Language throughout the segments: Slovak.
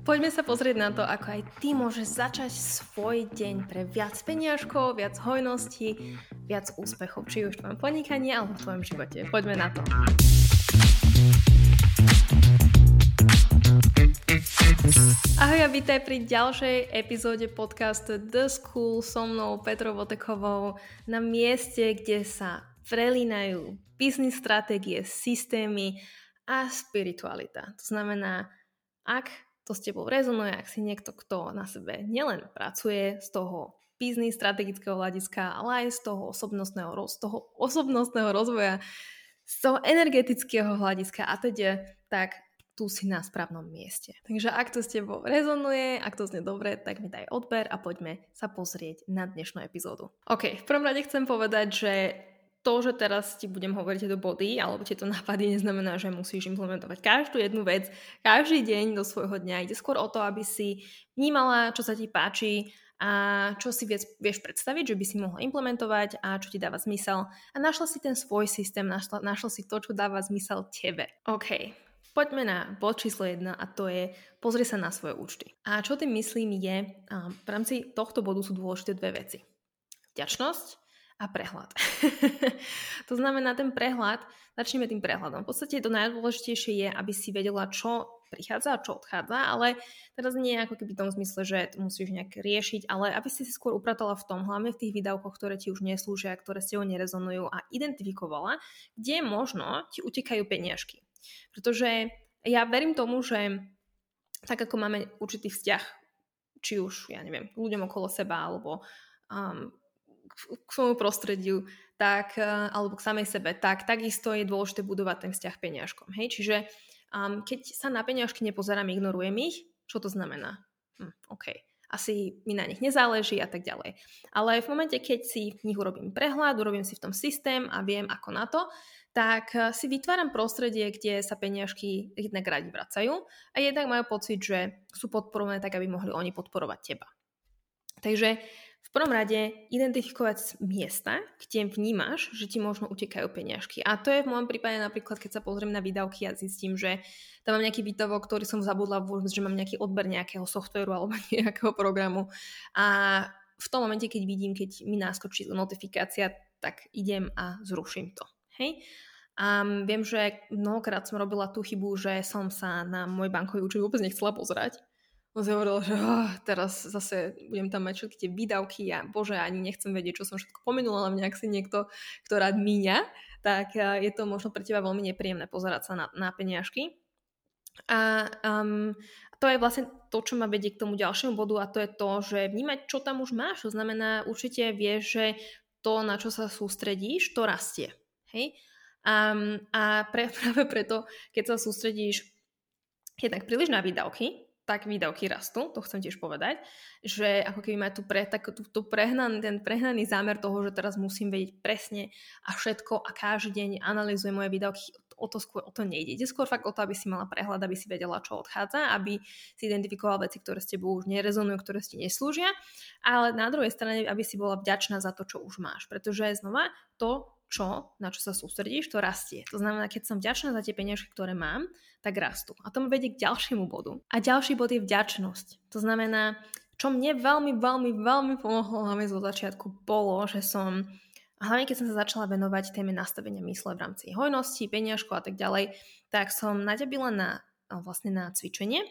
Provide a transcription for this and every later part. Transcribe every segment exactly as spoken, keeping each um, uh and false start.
Poďme sa pozrieť na to, ako aj ty môžeš začať svoj deň pre viac peniažkov, viac hojnosti, viac úspechov, či už v tvojom podnikaní alebo v tvojom živote. Poďme na to. Ahoj a vítaj pri ďalšej epizóde podcastu The School so mnou Petrou Votekovou na mieste, kde sa prelínajú business stratégie, systémy a spiritualita. To znamená, ak to s tebou rezonuje, ak si niekto, kto na sebe nielen pracuje z toho business strategického hľadiska, ale aj z toho osobnostného, z toho osobnostného rozvoja, z toho energetického hľadiska a teda, tak tu si na správnom mieste. Takže ak to s tebou rezonuje, ak to znie dobre, tak mi daj odber a poďme sa pozrieť na dnešnú epizódu. OK, v prvom rade chcem povedať, že to, že teraz ti budem hovoriť do body alebo tieto nápady, neznamená, že musíš implementovať každú jednu vec každý deň do svojho dňa. Ide skôr o to, aby si vnímala, čo sa ti páči a čo si vieš, vieš predstaviť, že by si mohla implementovať a čo ti dáva zmysel. A našla si ten svoj systém, našla, našla si to, čo dáva zmysel tebe. OK, poďme na bod číslo jedna a to je pozri sa na svoje účty. A čo tým myslím je, v rámci tohto bodu sú dôležité dve veci. Vďačnosť a prehľad. To znamená ten prehľad, začneme tým prehľadom. V podstate to najdôležitejšie je, aby si vedela, čo prichádza a čo odchádza, ale teraz nie ako keby v tom zmysle, že to musíš nejak riešiť, ale aby si si skôr upratala v tom, hlavne v tých výdavkoch, ktoré ti už neslúžia, ktoré s tebou nerezonujú a identifikovala, kde možno ti utekajú peniažky. Pretože ja verím tomu, že tak ako máme určitý vzťah, či už, ja neviem, k ľuďom okolo seba, alebo um, k svojmu prostrediu, tak, alebo k samej sebe, tak takisto je dôležité budovať ten vzťah peniažkom. Hej? Čiže um, keď sa na peniažky nepozerám, ignorujem ich, čo to znamená? Hm, OK, asi mi na nich nezáleží a tak ďalej. Ale v momente, keď si v nich urobím prehľad, urobím si v tom systém a viem ako na to, tak si vytváram prostredie, kde sa peniažky jednak radi vracajú a jednak majú pocit, že sú podporované tak, aby mohli oni podporovať teba. Takže v prvom rade identifikovať miesta, kde vnímaš, že ti možno utekajú peniažky. A to je v môjom prípade napríklad, keď sa pozriem na výdavky a zistím, že tam mám nejaký výdavok, ktorý som zabudla vôbec, že mám nejaký odber nejakého softvéru alebo nejakého programu. A v tom momente, keď vidím, keď mi naskočí notifikácia, tak idem a zruším to. Hej? A viem, že mnohokrát som robila tú chybu, že som sa na môj bankový účet vôbec nechcela pozerať. On si hovoril, že oh, teraz zase budem tam mať všetky tie výdavky a bože, ani nechcem vedieť, čo som všetko pomenula, ale nejak si niekto, kto rád míňa, tak je to možno pre teba veľmi nepríjemné pozerať sa na, na peniažky. A um, to je vlastne to, čo ma vedie k tomu ďalšiemu bodu a to je to, že vnímať, čo tam už máš. To znamená, určite vieš, že to, na čo sa sústredíš, to rastie. Hej? Um, a pre, práve preto, keď sa sústredíš jednak príliš na výdavky, tak výdavky rastú, to chcem tiež povedať, že ako keby má tu, pre, tak, tu, tu prehnaný, ten prehnaný zámer toho, že teraz musím vedieť presne a všetko a každý deň analyzujem moje výdavky, o to skôr o to nejde. Ide skôr fakt o to, aby si mala prehľad, aby si vedela, čo odchádza, aby si identifikovala veci, ktoré s tebou už nerezonujú, ktoré si neslúžia, ale na druhej strane, aby si bola vďačná za to, čo už máš, pretože znova to, čo, na čo sa sústredíš, to rastie. To znamená, keď som vďačná za tie peniažky, ktoré mám, tak rastú. A to ma vedie k ďalšiemu bodu. A ďalší bod je vďačnosť. To znamená, čo mne veľmi, veľmi, veľmi pomohlo hlavne zo začiatku bolo, že som, hlavne keď som sa začala venovať téme nastavenia mysle v rámci hojnosti, peniažkov a tak ďalej, tak som naďabila na, vlastne na cvičenie,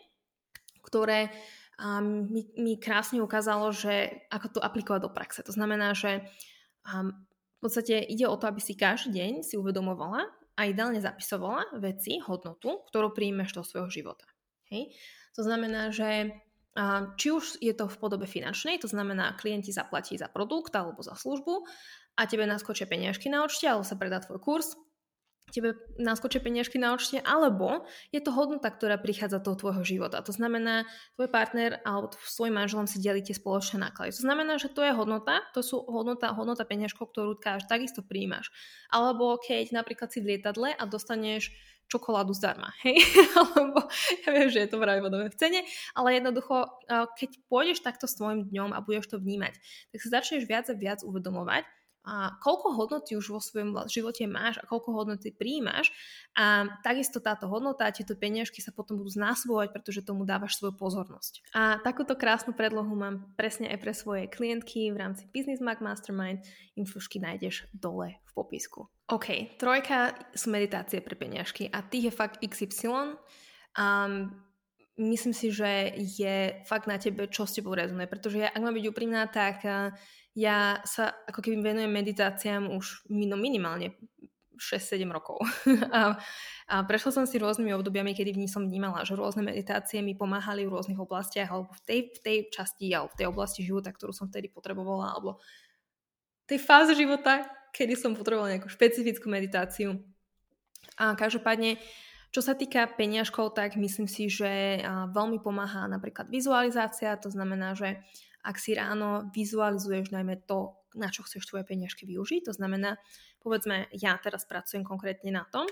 ktoré um, mi, mi krásne ukázalo, že ako to aplikovať do praxe. To znamená, že um, v podstate ide o to, aby si každý deň si uvedomovala a ideálne zapisovala veci, hodnotu, ktorú príjmeš do svojho života. Hej? To znamená, že či už je to v podobe finančnej, to znamená, klienti zaplatí za produkt alebo za službu a tebe naskočia peniažky na účte alebo sa predá tvoj kurz, tebe naskočia peniažky na účte, alebo je to hodnota, ktorá prichádza do tvojho života. To znamená, tvoj partner alebo svojim manželom si delíte spoločné náklady. To znamená, že to je hodnota, to sú hodnota, hodnota peniažkov, ktorú káž, takisto príjmaš. Alebo keď napríklad si v lietadle a dostaneš čokoládu zdarma, hej? Alebo ja viem, že je to vraj vodové v cene, ale jednoducho, keď pôjdeš takto s tvojim dňom a budeš to vnímať, tak sa začneš viac a viac uvedomovať, a koľko hodnoty už vo svojom živote máš a koľko hodnoty prijímaš a takisto táto hodnota a tieto peniažky sa potom budú znásobovať, pretože tomu dávaš svoju pozornosť. A takúto krásnu predlohu mám presne aj pre svoje klientky v rámci Business Mag Mastermind. Infošky nájdeš dole v popisku. OK, trojka sú meditácie pre peniažky a tých je fakt iks ypsilon. Um, myslím si, že je fakt na tebe, čo s tebou rezonuje, pretože ja, ak mám byť úprimná, tak uh, ja sa ako keby venujem meditáciám už minimálne šesť sedem rokov. a, a prešla som si rôznymi obdobiami, kedy v ní som vnímala, že rôzne meditácie mi pomáhali v rôznych oblastiach alebo v tej, v tej časti alebo v tej oblasti života, ktorú som vtedy potrebovala, alebo v tej fáze života, kedy som potrebovala nejakú špecifickú meditáciu. A každopádne, čo sa týka peniažkov, tak myslím si, že veľmi pomáha napríklad vizualizácia, to znamená, že ak si ráno vizualizuješ najmä to, na čo chceš tvoje peniažky využiť, to znamená, povedzme, ja teraz pracujem konkrétne na tom,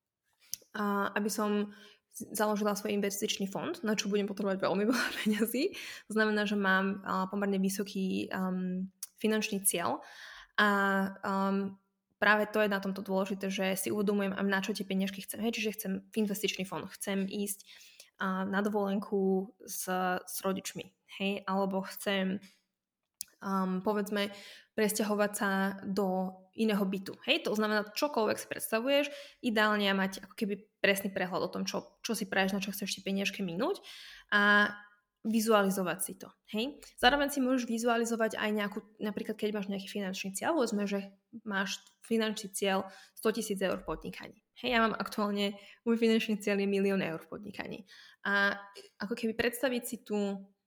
aby som založila svoj investičný fond, na čo budem potrebovať veľmi veľa peňazí. To znamená, že mám pomerne vysoký um, finančný cieľ a um, práve to je na tomto dôležité, že si uvedomujem, na čo tie peniažky chcem. Hej, čiže chcem investičný fond, chcem ísť uh, na dovolenku s, s rodičmi, hej, alebo chcem um, povedzme presťahovať sa do iného bytu. Hej, to znamená, čokoľvek si predstavuješ, ideálne mať ako keby presný prehľad o tom, čo, čo si praješ, na čo chceš tie peniažky minúť a vizualizovať si to. Hej. Zároveň si môžeš vizualizovať aj nejakú, napríklad keď máš nejaký finančný cieľ, povedzme, že máš finančný cieľ sto tisíc eur v podnikaní. Hej, ja mám aktuálne, môj finančný cieľ je milión eur v podnikaní. A ako keby predstaviť si tu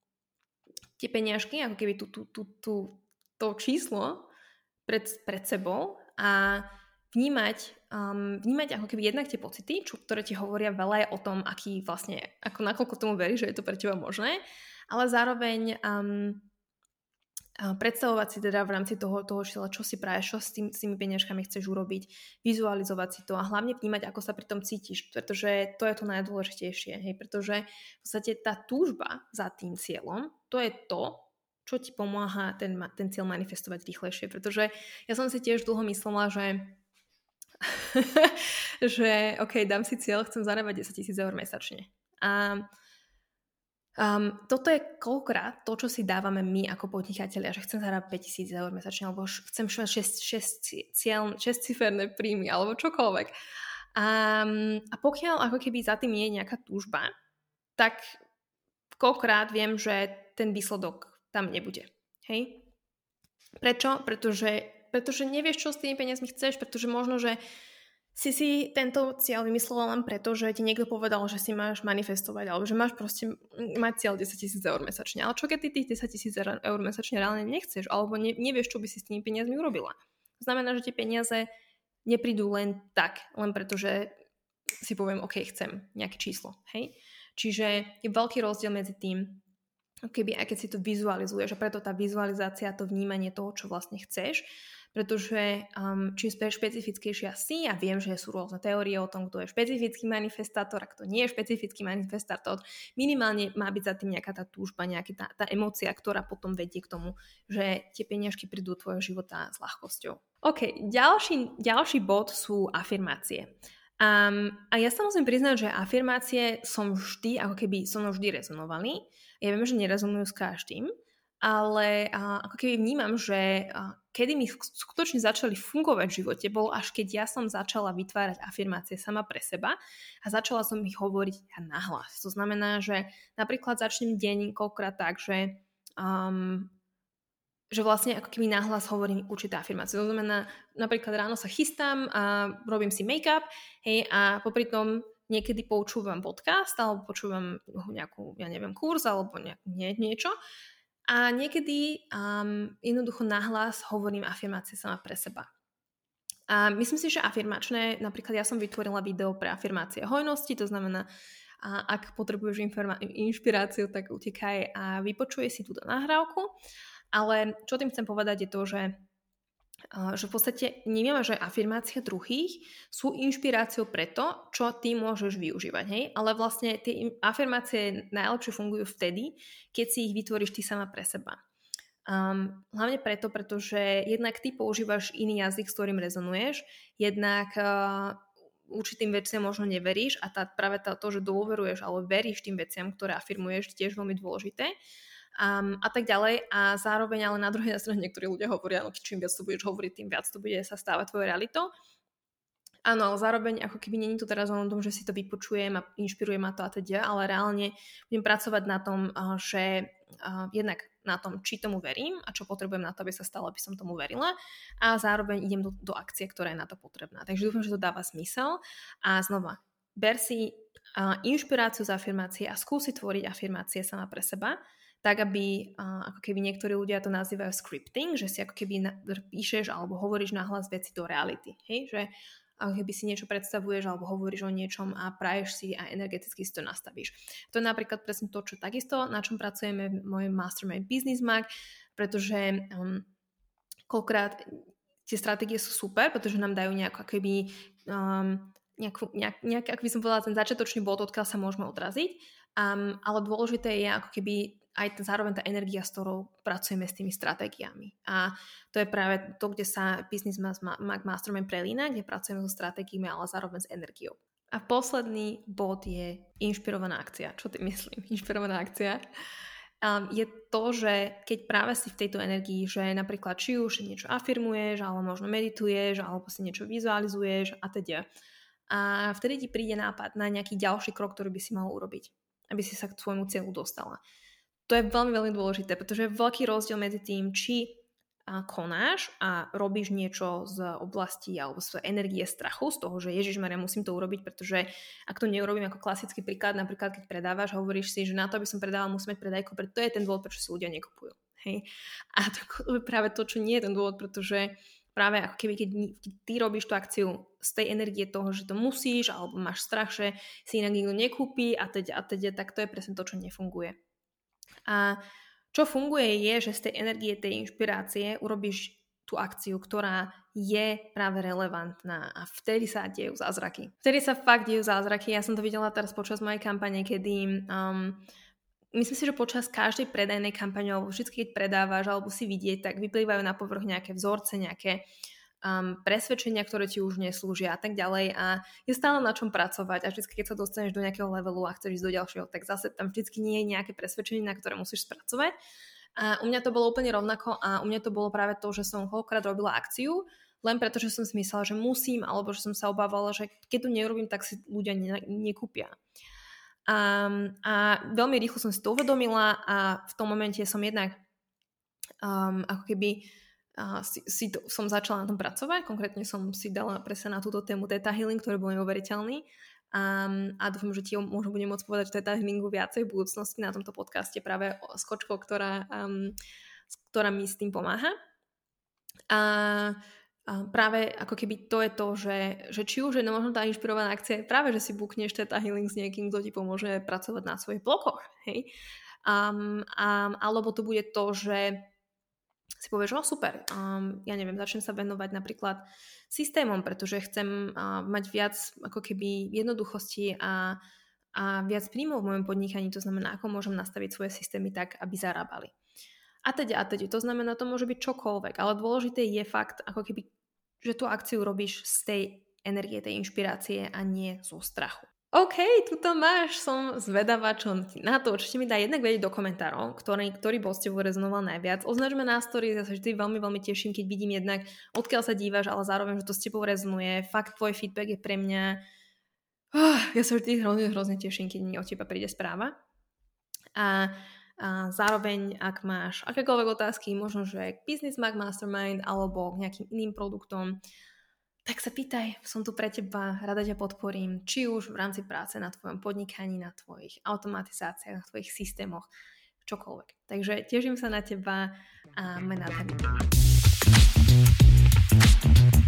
tie peniažky, ako keby tu, tu, tu, tu, to číslo pred, pred sebou a vnímať, um, vnímať ako keby jednak tie pocity, čo, ktoré ti hovoria veľa o tom, aký vlastne, ako nakoľko tomu veríš, že je to pre teba možné, ale zároveň um, predstavovať si teda v rámci toho, toho čísla, čo si praješ, čo s, tým, s tými peniažkami chceš urobiť, vizualizovať si to a hlavne vnímať, ako sa pri tom cítiš, pretože to je to najdôležitejšie, hej, pretože v podstate tá túžba za tým cieľom, to je to, čo ti pomáha ten, ten cieľ manifestovať rýchlejšie, pretože ja som si tiež dlho myslela, že že ok, dám si cieľ, chcem zarábať desať tisíc eur mesačne. A um, toto je koľkokrát to, čo si dávame my ako podnikatelia, že chcem zarábať päť tisíc eur mesačne, alebo chcem šesť ciferné príjmy, alebo čokoľvek. A, a pokiaľ ako keby za tým je nejaká túžba, tak koľkokrát viem, že ten výsledok tam nebude. Hej? Prečo? Pretože, pretože nevieš, čo s tými peniazmi chceš, pretože možno, že si si tento cieľ vymyslela len preto, že ti niekto povedal, že si máš manifestovať, alebo že máš proste mať cieľ desať tisíc eur mesačne. Ale čo keď ty tých desať tisíc eur mesačne reálne nechceš, alebo ne, nevieš, čo by si s tými peniazmi urobila. To znamená, že tie peniaze neprídu len tak, len preto, že si poviem, ok, chcem nejaké číslo. Hej? Čiže je veľký rozdiel medzi tým, keby, aj keď si to vizualizuješ, a preto tá vizualizácia, to vnímanie toho, čo vlastne chceš, pretože um, čím špecifickejšia si, ja viem, že sú rôzne teórie o tom, kto je špecifický manifestátor a kto nie je špecifický manifestátor, minimálne má byť za tým nejaká tá túžba, nejaká tá, tá emócia, ktorá potom vedie k tomu, že tie peniažky prídu do tvojho života s ľahkosťou. OK, ďalší, ďalší bod sú afirmácie. Um, a ja sa musím priznať, že afirmácie som vždy, ako keby so mnou vždy rezonovali. Ja viem, že nerezonujú s každým, ale uh, ako keby vnímam, že uh, kedy mi skutočne začali fungovať v živote, bolo až keď ja som začala vytvárať afirmácie sama pre seba a začala som ich hovoriť nahlas. To znamená, že napríklad začnem deň koľkokrát tak, že um, že vlastne ako keby nahlas hovorím určité afirmácie. To znamená, napríklad ráno sa chystám a robím si make-up, hej, a popri tom niekedy počúvam podcast alebo počúvam nejakú, ja neviem, kurz alebo nejak, nie, niečo a niekedy um, jednoducho nahlas hovorím afirmácie sama pre seba. A myslím si, že afirmačné, napríklad ja som vytvorila video pre afirmácie hojnosti, to znamená, a ak potrebuješ informa- inšpiráciu, tak utekaj a vypočuje si túto nahrávku. Ale čo tým chcem povedať je to, že, že v podstate neviem, že afirmácie druhých sú inšpiráciou pre to, čo ty môžeš využívať. Hej? Ale vlastne tie afirmácie najlepšie fungujú vtedy, keď si ich vytvoríš ty sama pre seba. Um, hlavne preto, pretože jednak ty používaš iný jazyk, s ktorým rezonuješ, jednak uh, určitým veciam možno neveríš a tá, práve tá, to, že dôveruješ alebo veríš tým veciam, ktoré afirmuješ, tiež veľmi dôležité. Um, a tak ďalej. A zároveň ale na druhej strane niektorí ľudia hovoria, no čím viac to budeš hovoriť, tým viac to bude sa stávať tvojou realitou. Áno, ale zároveň ako keby nie je to teraz o tom, že si to vypočujem a inšpiruje ma to a teda, ale reálne budem pracovať na tom, že uh, jednak na tom, či tomu verím a čo potrebujem na to, aby sa stalo, aby som tomu verila a zároveň idem do, do akcie, ktorá je na to potrebná. Takže dúfam, že to dáva zmysel a znova, ber si uh, inšpiráciu z afirmácie a skúsi tvoriť afirmácie sama pre seba, tak aby, uh, ako keby niektorí ľudia to nazývajú scripting, že si ako keby na, píšeš alebo hovoríš nahlas veci do reality. Hej? Že ako keby si niečo predstavuješ alebo hovoríš o niečom a praješ si a energeticky si to nastavíš. To je napríklad presne to, čo takisto, na čom pracujeme v mojom Mastermind Business Mag, pretože um, koľkokrát tie stratégie sú super, pretože nám dajú nejako keby um, nejakú, nejak, nejak, ako by som povedala, ten začiatočný bod, odkiaľ sa môžeme odraziť, um, ale dôležité je ako keby aj t- zároveň tá energia, s ktorou pracujeme s tými stratégiami. A to je práve to, kde sa Business Mag Mastermind prelína, kde pracujeme so stratégiami, ale zároveň s energiou. A posledný bod je inšpirovaná akcia. Čo ty myslím? Inšpirovaná akcia um, je to, že keď práve si v tejto energii, že napríklad či už niečo afirmuješ, alebo možno medituješ, alebo si niečo vizualizuješ a teda. A vtedy ti príde nápad na nejaký ďalší krok, ktorý by si mal urobiť, aby si sa k svojmu cieľu dostala. To je veľmi, veľmi dôležité, pretože je veľký rozdiel medzi tým, či konáš a robíš niečo z oblasti alebo z energie strachu, z toho, že Ježišmaria, musím to urobiť, pretože ak to neurobím ako klasický príklad, napríklad keď predávaš, hovoríš si, že na to, aby som predával, musím mať predajku, preto to je ten dôvod, prečo si ľudia nekupujú. Hej? A to je práve to, čo nie je ten dôvod, pretože práve ako keby, keď ty robíš tú akciu z tej energie toho, že to musíš, alebo máš strach, že si inak nikto nekúpi a teď a teď, tak to je presne to, čo nefunguje. A čo funguje je, že z tej energie, tej inšpirácie urobíš tú akciu, ktorá je práve relevantná a vtedy sa dejú zázraky. Vtedy sa fakt dejú zázraky. Ja som to videla teraz počas mojej kampane, kedy um, myslím si, že počas každej predajnej kampane alebo vždy, keď predávaš alebo si vidieť, tak vyplývajú na povrch nejaké vzorce, nejaké um, presvedčenia, ktoré ti už neslúžia a tak ďalej a je stále na čom pracovať a vždy, keď sa dostaneš do nejakého levelu a chceš ísť do ďalšieho, tak zase tam vždy nie je nejaké presvedčenie, na ktoré musíš spracovať. A u mňa to bolo úplne rovnako a u mňa to bolo práve to, že som koľkokrát robila akciu, len preto, že som si myslela, že musím, alebo že som sa obávala, že keď to neurobím, tak si ľudia ne- nekúpia. A, a veľmi rýchlo som si to uvedomila a v tom momente som jednak um, ako keby uh, si, si to, som začala na tom pracovať. Konkrétne som si dala presne na túto tému Theta Healing, ktorý bol neuveriteľný. Um, a dúfam, že ti možno budem môcť povedať, že Theta Healingu viacej v budúcnosti na tomto podcaste práve s kočkou, ktorá, um, ktorá mi s tým pomáha. A A práve ako keby to je to, že, že či už je no možno tá inšpirovaná akcia je práve, že si bookneš Theta Healing s niekým, kto ti pomôže pracovať na svojich blokoch. Hej? Um, um, alebo to bude to, že si povieš, o super, um, ja neviem, začnem sa venovať napríklad systémom, pretože chcem uh, mať viac ako keby jednoduchosti a, a viac príjmov v mojom podnikaní, to znamená, ako môžem nastaviť svoje systémy tak, aby zarábali. A teda, a teda, to znamená, to môže byť čokoľvek, ale dôležité je fakt, ako keby že tú akciu robíš z tej energie, tej inšpirácie a nie zo strachu. OK, tuto máš, som zvedavá, čo na to určite mi dá jednak vedieť do komentárov, ktorý, ktorý bol s tebou rezonoval najviac. Označme na story, ja sa vždy veľmi, veľmi teším, keď vidím jednak, odkiaľ sa dívaš, ale zároveň, že to s tebou rezonuje. Fakt, tvoj feedback je pre mňa... Oh, ja sa vždy hrozne, hrozne teším, keď mi od teba príde správa. A A zároveň, ak máš akékoľvek otázky, možno, že k Business Mag Mastermind alebo k nejakým iným produktom, tak sa pýtaj, som tu pre teba, rada ťa podporím, či už v rámci práce na tvojom podnikaní, na tvojich automatizáciách, na tvojich systémoch, čokoľvek. Takže teším sa na teba a maj nádherný deň.